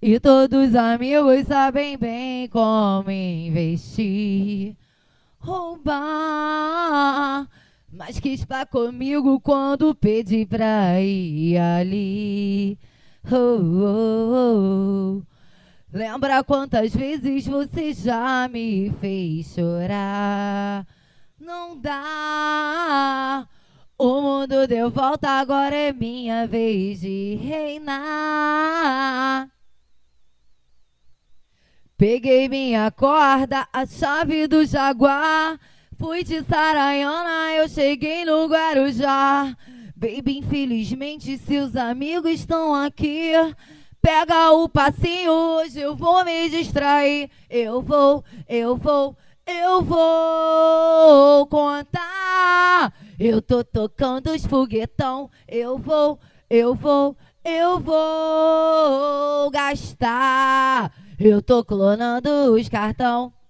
E todos os amigos sabem bem como investir. Roubar, mas quis estar comigo quando pedi pra ir ali. Oh, oh, oh. Lembra quantas vezes você já me fez chorar? Não dá. O mundo deu volta, agora é minha vez de reinar. Peguei minha corda, a chave do Jaguar. Fui de Saraiana, eu cheguei no Guarujá. Baby, infelizmente seus amigos estão aqui. Pega o passinho, hoje eu vou me distrair. Eu vou contar. Eu tô tocando os foguetão. Eu vou gastar. Eu tô clonando os cartão.